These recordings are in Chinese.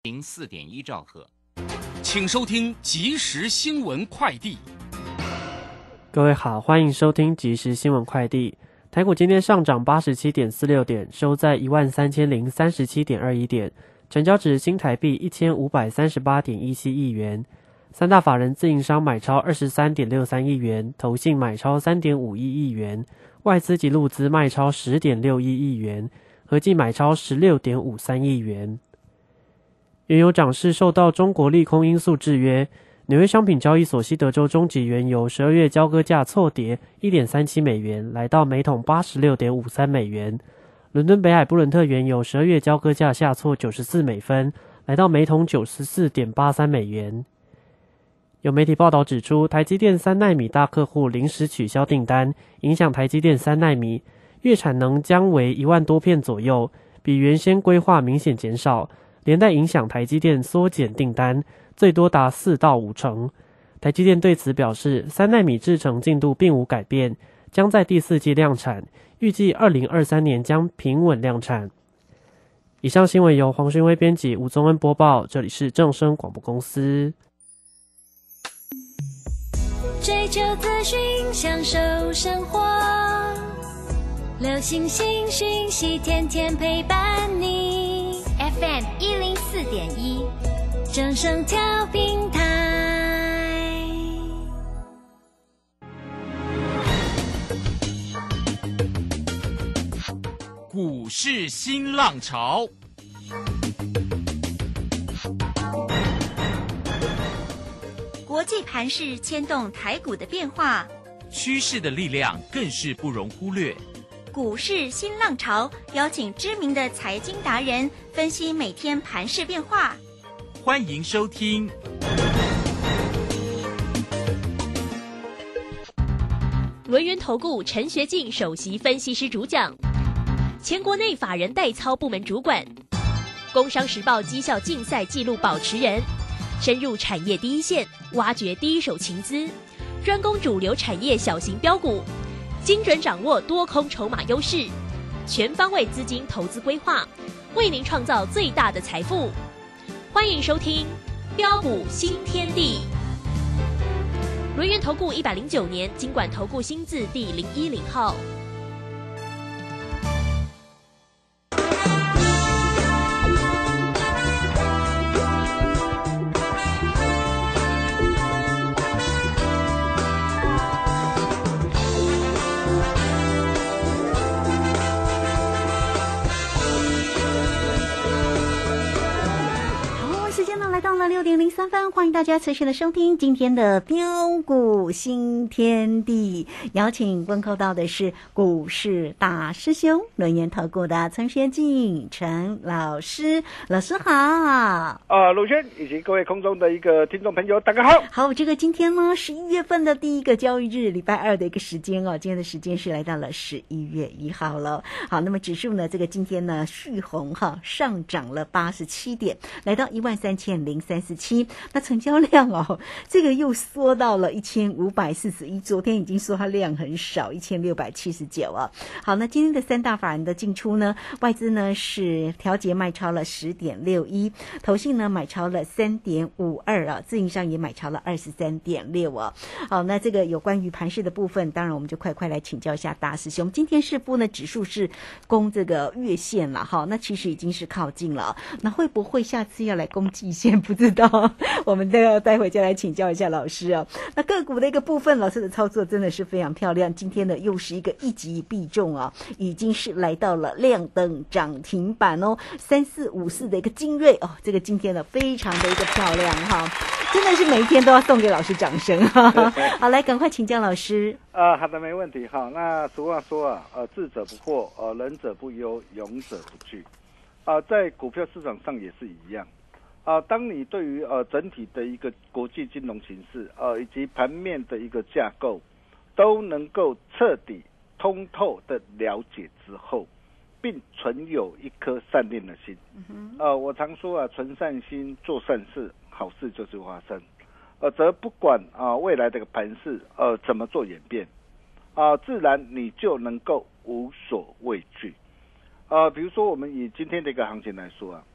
04.1兆赫。 请收听即时新闻快递。 各位好，欢迎收听即时新闻快递。台股今天上涨 87.46 点，收在 13,037.21 点，成交值新台币 1,538.17 亿元。三大法人自营商买超 23.63 亿元，投信买超 3.51 亿元，外资及陆资卖超 10.61 亿元，合计买超 16.53 亿元。原油涨势受到中国利空因素制约，纽约商品交易所西德州中级原油12月交割价错跌 1.37 美元，来到每桶 86.53 美元。伦敦北海布伦特原油12月交割价下挫94美分，来到每桶 94.83 美元。有媒体报道指出，台积电3奈米大客户临时取消订单，影响台积电3奈米月产能将为1万多片左右，比原先规划明显减少，连带影响台积电缩减订单，最多达4到5成。台积电对此表示，3奈米制程进度并无改变，将在第4季量产，预计2023年将平稳量产。以上新闻由黄勋威编辑，吴宗恩播报，这里是正声广播公司。 追求资讯，享受生活，流行新讯息，天天陪伴你。FM 104.1，正声调频台。 股市新浪潮， 国际盘势牵动台股的变化， 趋势的力量更是不容忽略。 股市新浪潮邀请知名的财经达人分析每天盘势变化。 欢迎收听轮源投顾陈学进首席分析师主讲，前国内法人代操部门主管，工商时报绩效竞赛纪录保持人，深入产业第一线，挖掘第一手情资，专攻主流产业小型标股，精准掌握多空筹码优势，全方位资金投资规划，为您创造最大的财富。欢迎收听标股新天地。轮源投顾109年金管投顾新字第010号。 来到了6点03分，欢迎大家持续的收听今天的标股新天地，邀请问候到的是股市大师兄轮源投顾的陈学进陈老师，老师好。 鲁轩以及各位空中的一个听众朋友大家好。 好，这个今天呢11月份的第一个交易日，礼拜二的一个时间哦，今天的时间是来到了11月1号了。好，那么指数呢，这个今天呢续红哈，上涨了87点，来到13037，那成交量哦，这个又缩到了1541，昨天已经说它量很少，1679啊。好，那今天的三大法人的进出呢，外资呢是调节卖超了10.61，投信呢买超了3.52啊，自营商也买超了23.6啊。好，那这个有关于盘势的部分，当然我们就快来请教一下大师兄。今天市部呢指数是攻这个月线了哈，那其实已经是靠近了，那会不会下次要来攻季线？不知道，我们都要待会就来请教一下老师哦。那个股的一个部分，老师的操作真的是非常漂亮。今天呢，又是一个一击必中啊，已经是来到了亮灯涨停板哦，3454的一个精锐哦，这个今天呢非常的一个漂亮哈，真的是每一天都要送给老师掌声哈。好，来赶快请教老师。 好的，没问题哈。那俗话说啊，智者不惑，仁者不忧，勇者不惧。在股票市场上也是一样。当你对于整体的一个国际金融形势以及盘面的一个架构都能够彻底通透的了解之后，并存有一颗善念的心，我常说啊，存善心做善事，好事就是发生。则不管未来的盘势怎么做演变，自然你就能够无所畏惧。比如说我们以今天的一个行情来说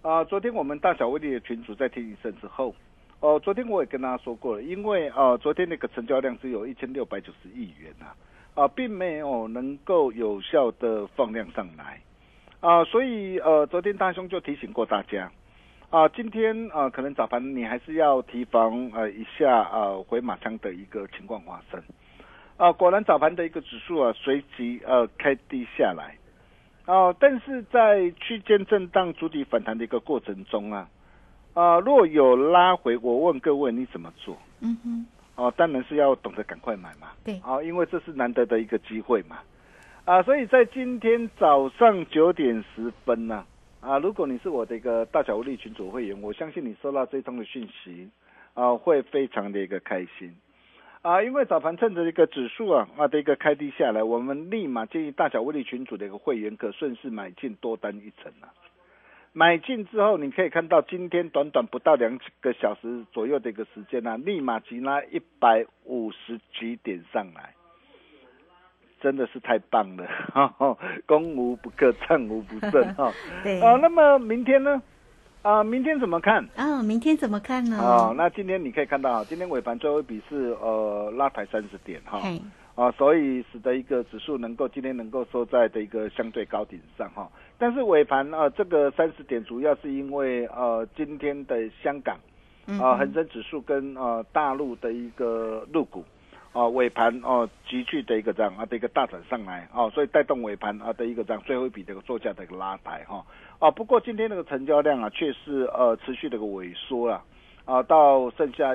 昨天我们大小威力的群组在听一声之后，昨天我也跟大家说过了，因为昨天那个成交量只有1690亿元并没有能够有效的放量上来所以昨天大兄就提醒过大家今天可能早盘你还是要提防一下回马枪的一个情况发生果然早盘的一个指数随即开低下来但是在区间震荡主体反弹的一个过程中若有拉回，我问各位你怎么做？当然是要懂得赶快买嘛。 对因为这是难得的一个机会嘛。所以在今天早上9点10分如果你是我的一个大小威力群组会员，我相信你收到这通的讯息会非常的一个开心因为早盘趁着一个指数的一个开低下来，我们立马建议大小威力群组的一个会员可顺势买进多单一层买进之后，你可以看到今天短短不到2个小时左右的一个时间立马急拉150几点上来，真的是太棒了攻无不克，战无不胜对那么明天呢？明天怎么看？ 明天怎么看呢？ 那今天你可以看到，今天尾盘最后一笔是拉抬30点所以使得一个指数今天能够收在的一个相对高点上但是尾盘这个30点主要是因为今天的香港恒生指数跟大陆的一个陆股尾盘急剧的一个这样的一个大涨上来所以带动尾盘的一个这样最后一笔的一个作价的一个拉抬不过今天那个成交量却是持续的一个萎缩到剩下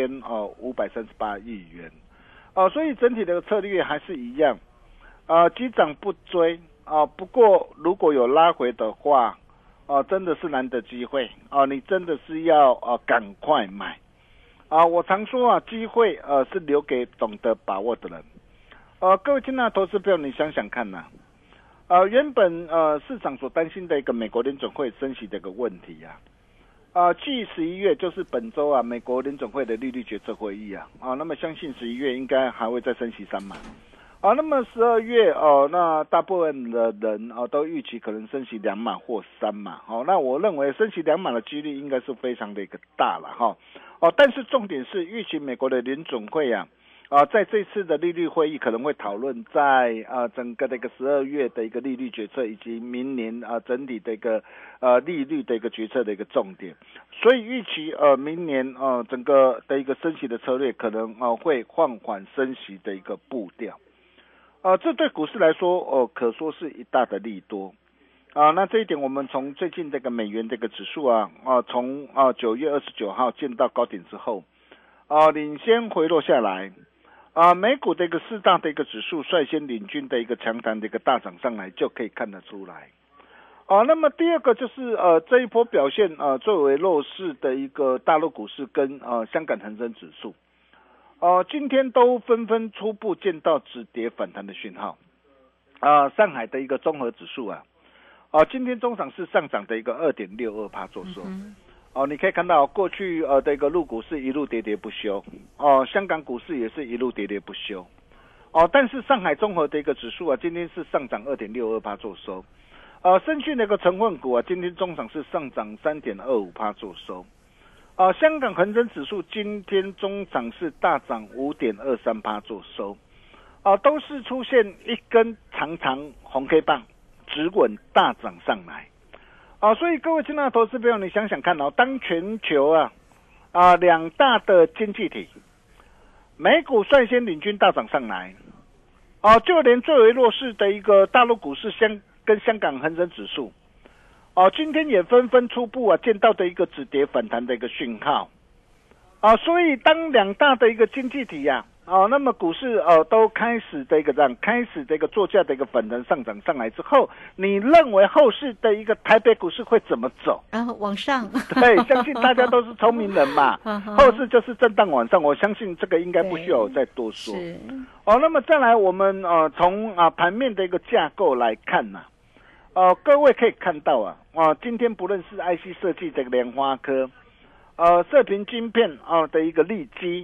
1538亿元所以整体的策略还是一样急涨不追不过如果有拉回的话真的是难得机会你真的是要赶快买我常说机会是留给懂得把握的人各位亲爱的投资朋友，你想想看原本市场所担心的一个美国联准会升息的一个问题继11月就是本周美国联准会的利率决策会议那么相信11月应该还会再升息3码那么12月那大部分的人都预期可能升息2码或3码那我认为升息2码的几率应该是非常的一个大了但是重点是预期美国的联准会在这次的利率会议可能会讨论在整个的一个12月的一个利率决策，以及明年整体的一个利率的一个决策的一个重点，所以预期明年整个的一个升息的策略可能会放缓升息的一个步调这对股市来说可说是一大的利多那这一点我们从最近这个美元这个指数从9月29号见到高点之后领先回落下来美股的一个4大的一个指数率先领军的一个强弹的一个大涨上来，就可以看得出来那么第二个就是这一波表现最为弱势的一个大陆股市跟香港恒生指数今天都纷纷初步见到止跌反弹的讯号上海的一个综合指数今天中场是上涨的一个 2.62% 做收你可以看到过去的一个陆股市一路跌跌不休香港股市也是一路跌跌不休但是上海综合的一个指数今天是上涨 2.62% 做收深圳的一个成分股今天中场是上涨 3.25% 做收香港恒生指数今天中场是大涨 5.23% 做收都是出现一根长长红 K 棒止稳大涨上来所以各位亲爱的投资朋友，你想想看当全球两大的经济体美股率先领军大涨上来就连最为弱势的一个大陆股市跟香港恒生指数今天也纷纷初步见到的一个止跌反弹的一个讯号所以当两大的一个经济体那么股市都开始的一个作价的一个反弹上涨上来之后，你认为后市的一个台北股市会怎么走？ 往上。 对，相信大家都是聪明人嘛。后市就是震荡往上，我相信这个应该不需要我再多说。那么再来我们从盘面的一个架构来看各位可以看到今天不论是 IC 设计的联发科射频晶片的一个利基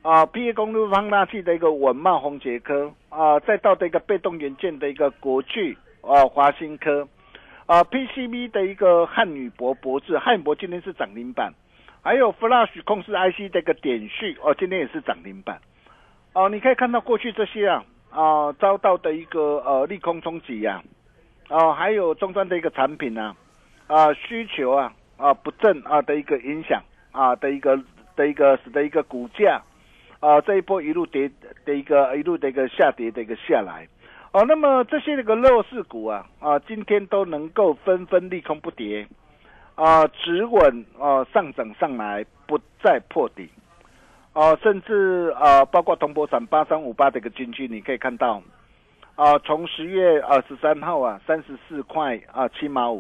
PA 功率放大器的一个稳懋宏捷科再到的一个被动元件的一个国巨华新科 PCB 的一个汉语博智，汉语博今天是涨停板，还有 Flash 控制 IC 的一个点序今天也是涨停板。你可以看到过去这些遭到的一个利空冲击还有终端的一个产品需求不振的一个影响的一个使得一个股价这一波一路跌的一个下跌的一个下来那么这些那个弱势股今天都能够纷纷利空不跌止稳上涨上来，不再破底甚至包括铜箔产8358的一个均距，你可以看到从10月13号34块7毛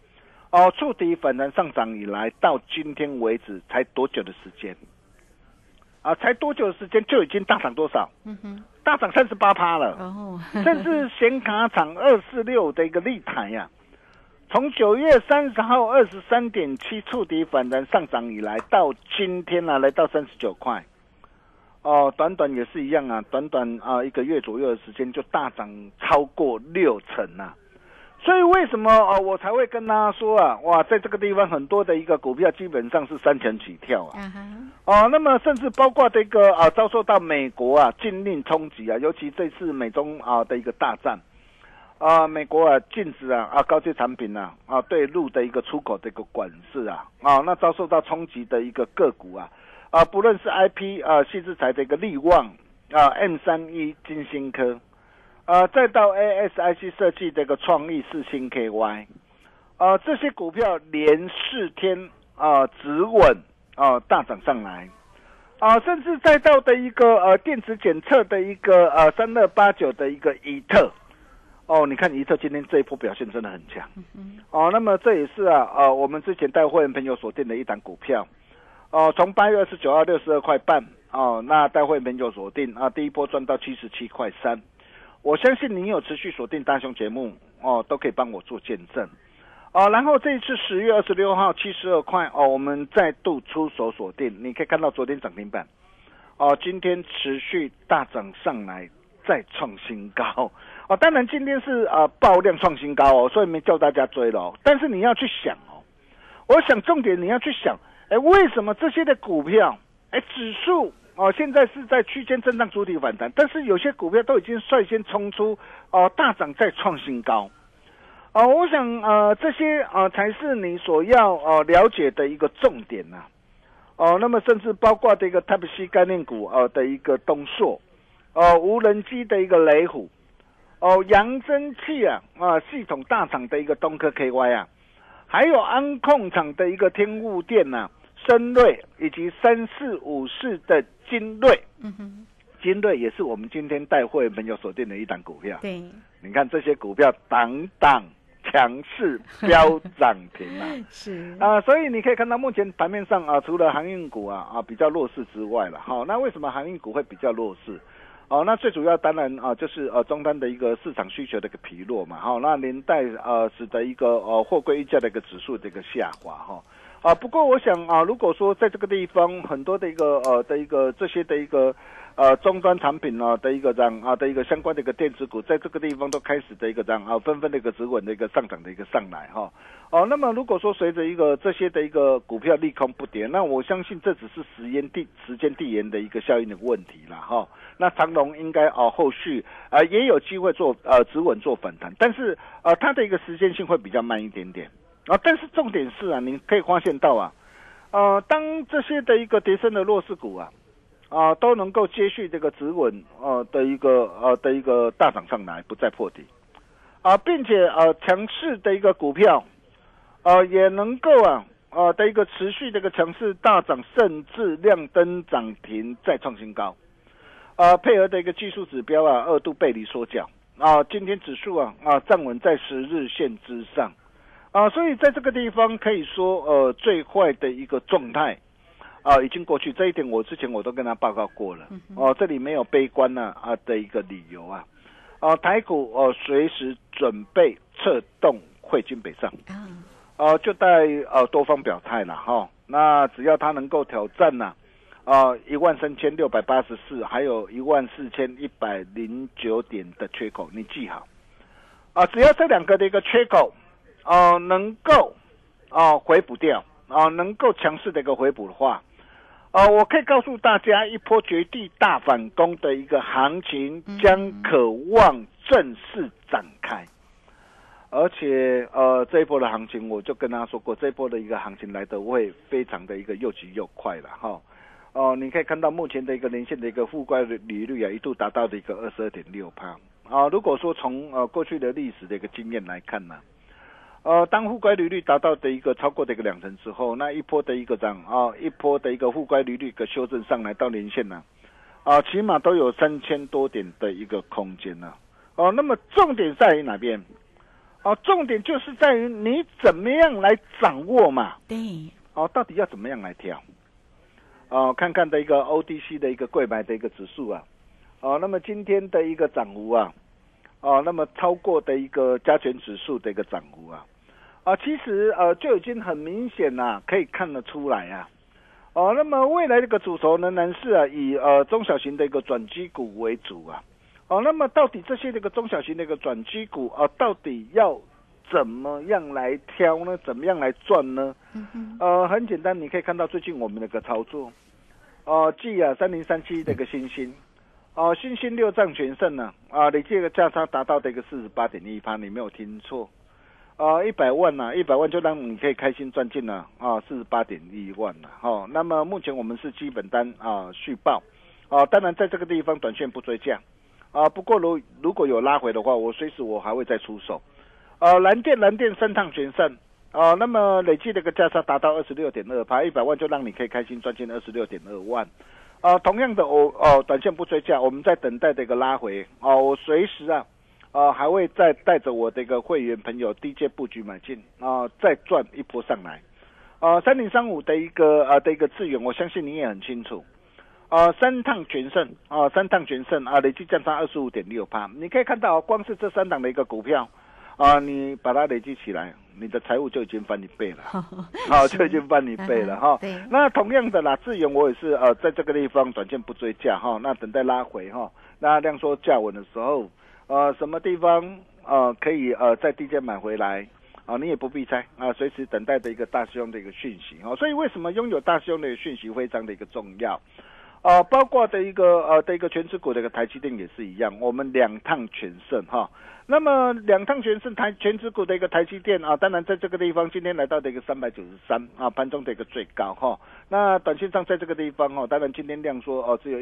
5触底反弹上涨以来，到今天为止才多久的时间才多久的时间就已经大涨多少？大涨38%了甚至显卡厂246的一个立台从9月30号23.7触底反弹上涨以来，到今天来到39块短短也是一样短短1个月左右的时间就大涨超过60%所以为什么我才会跟大家说哇，在这个地方很多的一个股票基本上是3成起跳那么甚至包括这个遭受到美国禁令冲击尤其这次美中的一个大战美国禁止高阶产品对陆的一个出口的一个管制那遭受到冲击的一个个股不论是 IP 矽智财的一个力旺M31 金星科再到 ASIC 设计的一个创意4星 KY 这些股票连4天止稳大涨上来甚至再到的一个电子检测的一个3289的一个怡特你看怡特今天这一波表现真的很强那么这也是我们之前带会员朋友锁定的一档股票从8月29号62块半那带会员朋友锁定第一波赚到77块3，我相信你有持续锁定大兄节目都可以帮我做见证然后这一次10月26号72块我们再度出手锁定，你可以看到昨天涨停板今天持续大涨上来，再创新高当然今天是爆量创新高所以没叫大家追了但是你要去想我想重点你要去想为什么这些的股票指数现在是在区间震荡主体反弹，但是有些股票都已经率先冲出大涨再创新高我想这些才是你所要了解的一个重点那么甚至包括这个 Type C 概念股的一个东硕无人机的一个雷虎扬声器系统大厂的一个东科 KY 还有安控厂的一个天雾电深瑞以及3454的精锐精锐也是我们今天带会员朋友锁定的一档股票对， 你看这些股票档档强势飙涨停是所以你可以看到目前盘面上除了航运股比较弱势之外了那为什么航运股会比较弱势那最主要当然就是终端的一个市场需求的一个疲弱嘛那连带使得一个货柜运价的一个指数的一个下滑不过我想如果说在这个地方很多的一个这些的一个终端产品的一个这样的一个相关的一个电子股，在这个地方都开始的一个这样纷纷的一个止稳的一个上涨的一个上来那么如果说随着一个这些的一个股票利空不跌，那我相信这只是时间递延的一个效应的问题啦那长荣应该后续也有机会做止稳做反弹，但是它的一个时间性会比较慢一点点但是重点是你可以发现到当这些的一个跌升的弱势股都能够接续这个止稳的一个大涨上来，不再破底并且强势的一个股票也能够的一个持续的一个强势大涨，甚至亮灯涨停再创新高配合的一个技术指标2度背离缩脚今天指数站稳在10日线之上所以在这个地方可以说最坏的一个状态已经过去，这一点我之前我都跟他报告过了这里没有悲观的一个理由台股随时准备策动汇金北上就待多方表态了那只要他能够挑战13684还有14109点的缺口，你记好只要这两个的一个缺口能够回补掉能够强势的一个回补的话，我可以告诉大家，一波绝地大反攻的一个行情将可望正式展开。而且这一波的行情，我就跟他说过，这一波的一个行情来得会非常的一个又急又快了哈。你可以看到目前的一个年线的一个负债利率一度达到的一个 22.6%。如果说从过去的历史的一个经验来看呢，当负债利率达到的一个超过的一个2成之后，那一波的一个一波的一个负债利率的修正上来到年线呢，起码都有3000多点的一个空间呢。那么重点在于哪边？重点就是在于你怎么样来掌握嘛。 对。 到底要怎么样来挑？看看的一个 OTC 的一个柜买的一个指数那么今天的一个涨幅那么超过的一个加权指数的一个涨幅其实就已经很明显可以看得出来那么未来这个主轴仍然是以中小型的一个转机股为主那么到底这些这个中小型的一个转机股到底要怎么样来挑呢？怎么样来赚呢？很简单，你可以看到最近我们的一个操作，继3037的一个新兴6仗全胜呢，累计的价差达到的一个 48.1%， 你没有听错，100万100万就让你可以开心赚进了48.1万了那么目前我们是基本单续报当然在这个地方短线不追价不过如果有拉回的话，我随时我还会再出手。蓝电3趟全胜那么累计的一个价差达到 26.2%，100万就让你可以开心赚进 26.2万。同样的短线不追价，我们在等待的一个拉回我随时还会再带着我的一个会员朋友低阶布局买进再赚一波上来。3035的一个资源，我相信你也很清楚。3趟全胜3趟全胜累计价差 25.6%， 你可以看到光是这3档的一个股票你把它累积起来，你的财务就已经翻一倍了就已经翻一倍了那同样的啦，智源我也是在这个地方短线不追价那等待拉回那量缩价稳的时候什么地方可以在低阶买回来你也不必猜随时等待的一个大师兄的一个讯息所以为什么拥有大师兄的一个讯息非常的一个重要包括的一个全指股的一个台积电也是一样，我们2趟全胜那么2趟全胜全指股的一个台积电当然在这个地方今天来到的一个393盘中的一个最高那短线上在这个地方当然今天量缩只有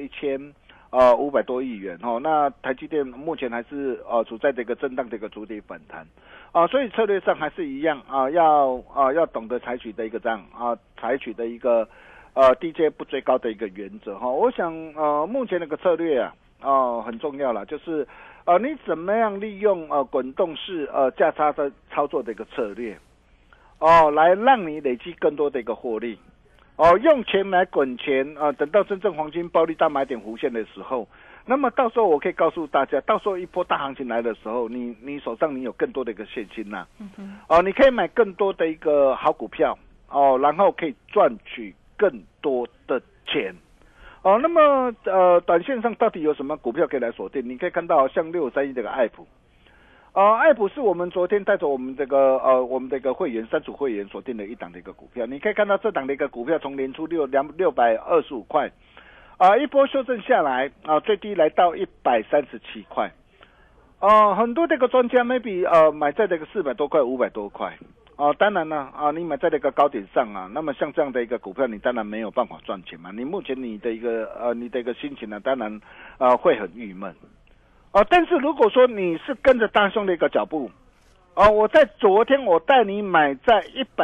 1500多亿元那台积电目前还是处在这个震荡的一个主体反弹所以策略上还是一样要懂得采取的一个这样采取的一个低阶不追高的一个原则我想目前那个策略很重要了，就是你怎么样利用滚动式价差的操作的一个策略来让你累积更多的一个获利用钱来滚钱等到真正黄金暴利大买点弧线的时候，那么到时候我可以告诉大家，到时候一波大行情来的时候，你手上你有更多的一个现金你可以买更多的一个好股票然后可以赚取更多的钱那么短线上到底有什么股票可以来锁定？你可以看到像6531这个爱普爱普是我们昨天带着我们这个我们的一个会员3组会员锁定了一档的一个股票，你可以看到这档的一个股票从年初625块一波修正下来最低来到137块很多这个专家 maybe 买在这个400多块500多块当然了你买在那个高点上那么像这样的一个股票，你当然没有办法赚钱嘛。你目前你的一个心情当然会很郁闷但是如果说你是跟着大兄的一个脚步我在昨天我带你买在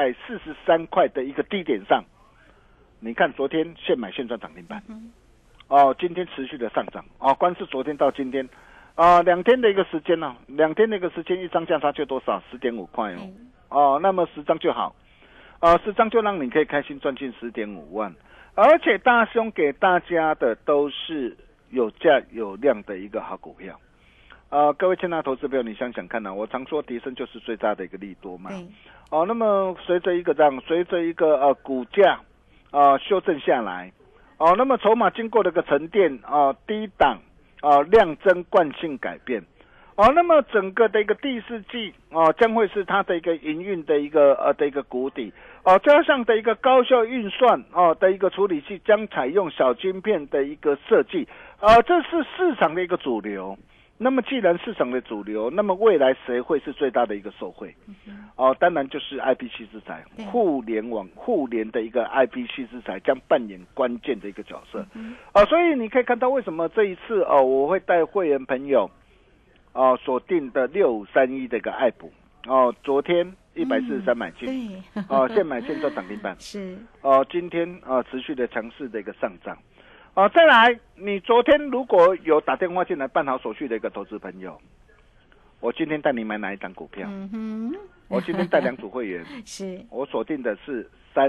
143块的一个低点上，你看昨天现买现赚涨停板今天持续的上涨光是昨天到今天2天的一个时间2天的一个时间一张价差就多少 10.5 块那么10张就好10张就让你可以开心赚进 10.5 万，而且大兄给大家的都是有价有量的一个好股票各位亲爱的投资朋友，你想想看我常说提升就是最大的一个利多嘛那么随着一个股价修正下来那么筹码经过了个沉淀低档量增惯性改变那么整个的一个第四季将会是它的一个营运的一个谷底加上的一个高效运算的一个处理器将采用小晶片的一个设计这是市场的一个主流。那么既然市场的主流，那么未来谁会是最大的一个受惠？当然就是 IPC 之材，互联的一个 IPC 之材将扮演关键的一个角色。所以你可以看到为什么这一次我会带会员朋友锁定的6531的一个爱普昨天143买进，现买现赚涨停板， 是今天持续的强势的一个上涨。再来，你昨天如果有打电话进来办好手续的一个投资朋友，我今天带你买哪一档股票？我今天带2组会员， 是我锁定的是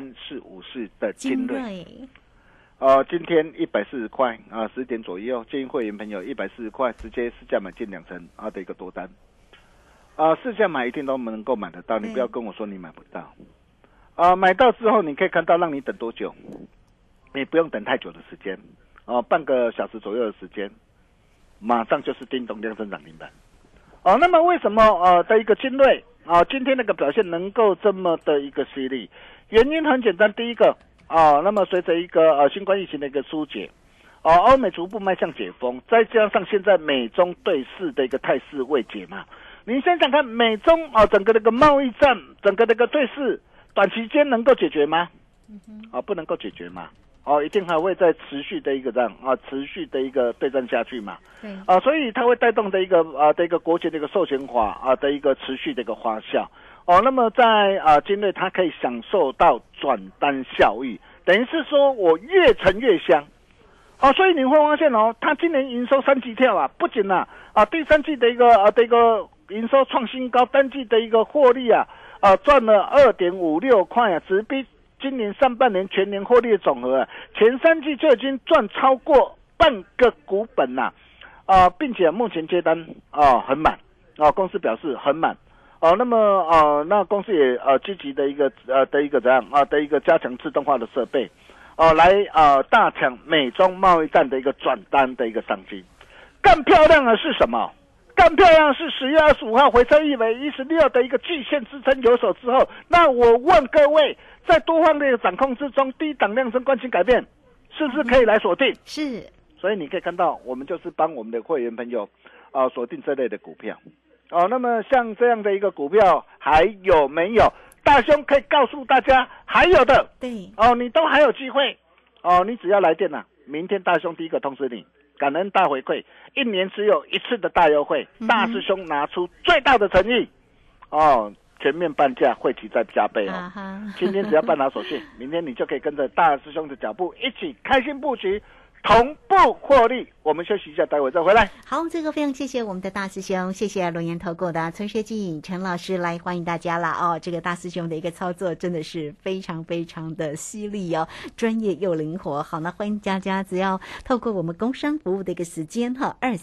3454的精锐。今天140块10点左右，建议会员朋友140块直接市价买进2成的一个多单。市价买一定都能够买得到，你不要跟我说你买不到。买到之后你可以看到让你等多久？你不用等太久的时间半个小时左右的时间，马上就是叮咚亮声涨停板。那么为什么的一个精锐今天那个表现能够这么的一个犀利？原因很简单，第一个那么随着一个新冠疫情的一个疏解欧美逐步迈向解封，再加上现在美中对峙的一个态势未解嘛，你想想看，美中整个那个贸易战，整个那个对峙，短期间能够解决吗？不能够解决嘛。一定还会再持续的一个持续的一个对战下去嘛。对。所以它会带动的一个的一个国际的一个寿险法的一个持续的一个发酵。那么在精锐它可以享受到转单效益，等于是说我越沉越香。所以你会发现它今年营收3级跳不仅第3季的一个营收创新高，单季的一个获利赚了2.56块直逼今年上半年全年获利的总和前3季就已经赚超过半个股本并且目前接单很满公司表示很满那么那公司也积极的一个怎样的一个加强自动化的设备来大抢美中贸易战的一个转单的一个商机。更漂亮的是什么？更漂亮的是10月25号回撤116的一个季线支撑有手之后，那我问各位，在多方的掌控之中，低档量升惯性改变，是不是可以来锁定？ 是。 所以你可以看到，我们就是帮我们的会员朋友锁定这类的股票那么像这样的一个股票还有没有？大兄可以告诉大家，还有的。 对。 你都还有机会你只要来电明天大兄第一个通知你。感恩大回馈，1年只有1次的大优惠，大师兄拿出最大的诚意全面半价，会期再加倍今天只要办好手续，明天你就可以跟着大师兄的脚步一起开心布局，同步获利。我们休息一下，待会再回来。 好，这个非常谢谢我们的大师兄，谢谢龙岩投顾的陈学进陈老师来欢迎大家了这个大师兄的一个操作真的是非常非常的犀利专业又灵活。好，那欢迎大家只要透过我们工商服务的一个时间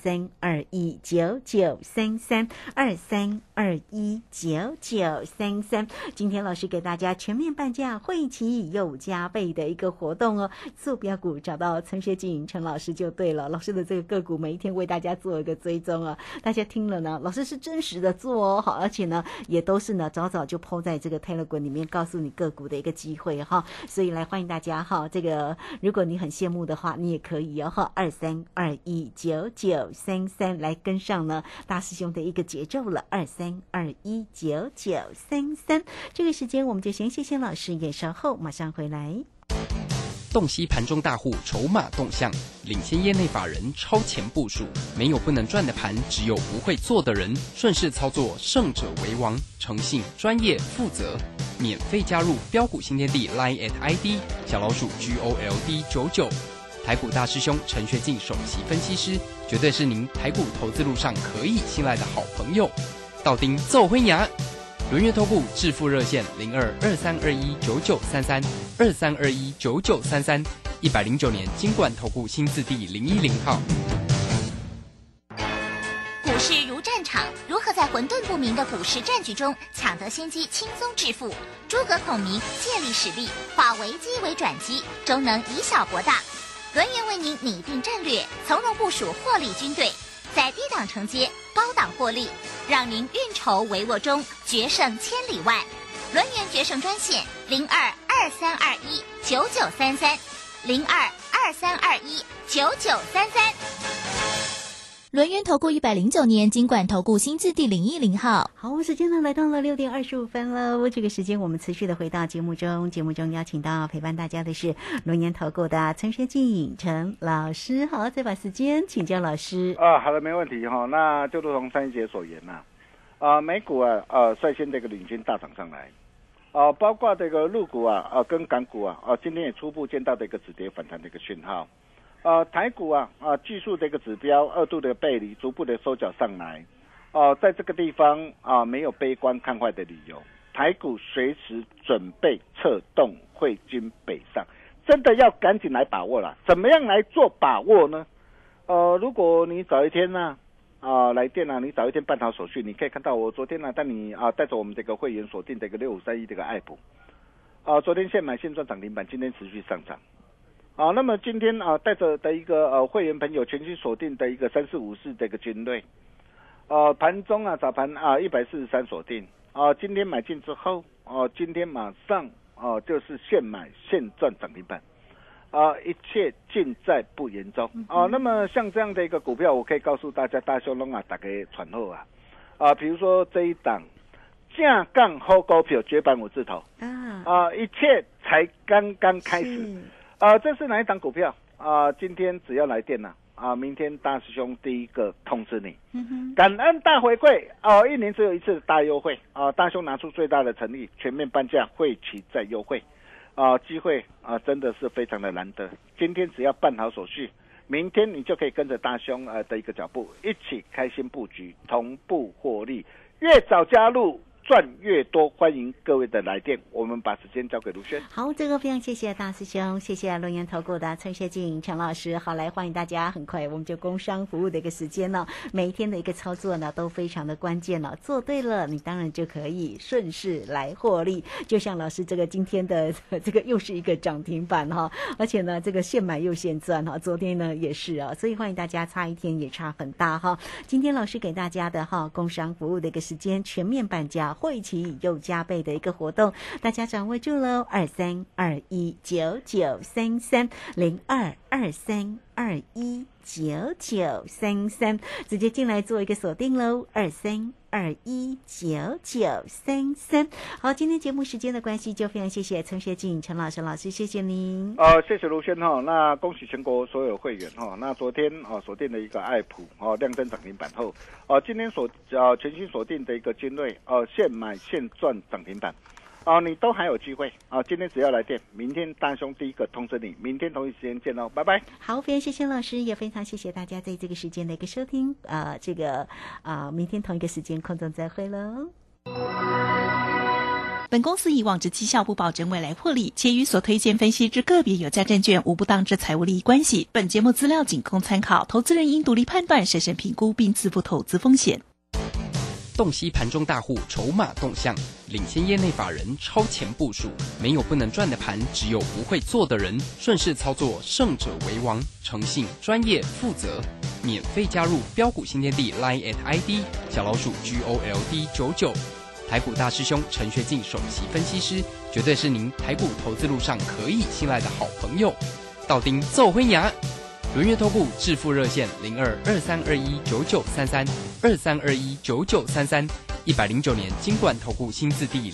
23219933 23219933，今天老师给大家全面半价，会期又加倍的一个活动坐标股找到陈学进陈老师就对了，老师的这个个股每一天为大家做一个追踪大家听了呢，老师是真实的做好，而且呢也都是呢早早就抛在这个 Telegram 里面告诉你个股的一个机会所以来欢迎大家这个如果你很羡慕的话，你也可以23219933来跟上呢大师兄的一个节奏了23219933。这个时间我们就先谢谢老师，也稍后马上回来。 洞悉盘中大户筹码动向，领先业内法人超前部署，没有不能赚的盘，只有不会做的人。顺势操作，胜者为王。诚信、专业、负责，免费加入标股新天地 Line ID 小老鼠GOLD99。台股大师兄陈学进首席分析师，绝对是您台股投资路上可以信赖的好朋友。道丁奏辉牙。轮月投顾致富热线0223219933 23219933 109年金管投顾新字第010号。 股市如战场，如何在混沌不明的股市战局中抢得先机，轻松致富？诸葛孔明借力使力，化危机为转机，终能以小博大。轮源为您拟定战略，从容部署获利军队。 在低档承接，高档获利，让您运筹帷幄中决胜千里外。轮源决胜专线02-2321-9933，02-2321-9933。 轮源投顾109年金管投顾新字第010号。 好，时间呢来到了6点25分了。这个时间我们持续的回到节目中，邀请到陪伴大家的是轮源投顾的陈学进陈老师。好，再把时间请教老师。 好的，没问题哈。那就如同上一节所言美股率先这个领军大涨上来。包括这个陆股跟港股今天也初步见到的一个止跌反弹的一个讯号。台股技术这个指标2度的背离逐步的收脚上来。在这个地方没有悲观看坏的理由，台股随时准备策动汇金北上，真的要赶紧来把握了。怎么样来做把握呢？如果你早一天来电你早一天办好手续，你可以看到我昨天带你带着我们这个会员锁定这个6531这个爱普，昨天现买现赚涨停板，今天持续上涨。那么今天带着的一个会员朋友全新锁定的一个3454这个军队，盘中早盘143锁定，今天买进之后，今天马上就是现买现赚涨停板，一切尽在不言中。那么像这样的一个股票，我可以告诉大家，大兄大家传后比如说这一档正港好股票绝版5字头一切才刚刚开始。这是哪一档股票今天只要来电明天大师兄第一个通知你。感恩大回馈1年只有一次的大优惠大兄拿出最大的诚意，全面半价，会期再优惠机会真的是非常的难得。今天只要办好手续，明天你就可以跟着大兄的一个脚步，一起开心布局，同步获利，越早加入赚越多。欢迎各位的来电，我们把时间交给卢轩。 好，这个非常谢谢大师兄，谢谢轮源投顾的陈学进陈老师。好，来欢迎大家，很快我们就工商服务的一个时间呢，每一天的一个操作呢都非常的关键了，做对了，你当然就可以顺势来获利。就像老师这个今天的这个又是一个涨停板而且呢这个现买又现赚昨天呢也是所以欢迎大家，差一天也差很大今天老师给大家的工商服务的一个时间全面半价，会期又加倍的一个活动，大家掌握住喽，232199330223219933，直接进来做一个锁定喽，23219933。好，今天节目时间的关系，就非常谢谢陈学进陈老师，谢谢您。 谢谢卢轩那恭喜全国所有会员那昨天锁定了一个爱普亮灯涨停板后，今天全新锁定的一个精锐现买现赚涨停板。你都还有机会今天只要来电，明天大兄第一个通知你，明天同一时间见喽，拜拜。 好，非常谢谢老师，也非常谢谢大家在这个时间的一个收听明天同一个时间空中再会喽。 本公司以往之绩效不保证未来获利，且与所推荐分析之个别有价证券无不当之财务利益关系。本节目资料仅供参考，投资人应独立判断、审慎评估并自负投资风险。 洞悉盘中大户筹码动向，领先业内法人超前部署，没有不能赚的盘，只有不会做的人。顺势操作，胜者为王。诚信、专业、负责，免费加入标股新天地 Line ID 小老鼠 GOLD99。台股大师兄陈学进首席分析师，绝对是您台股投资路上可以信赖的好朋友。道丁奏辉牙，轮源投顾致富热线0223219933，23219933，109年金管投顾新字第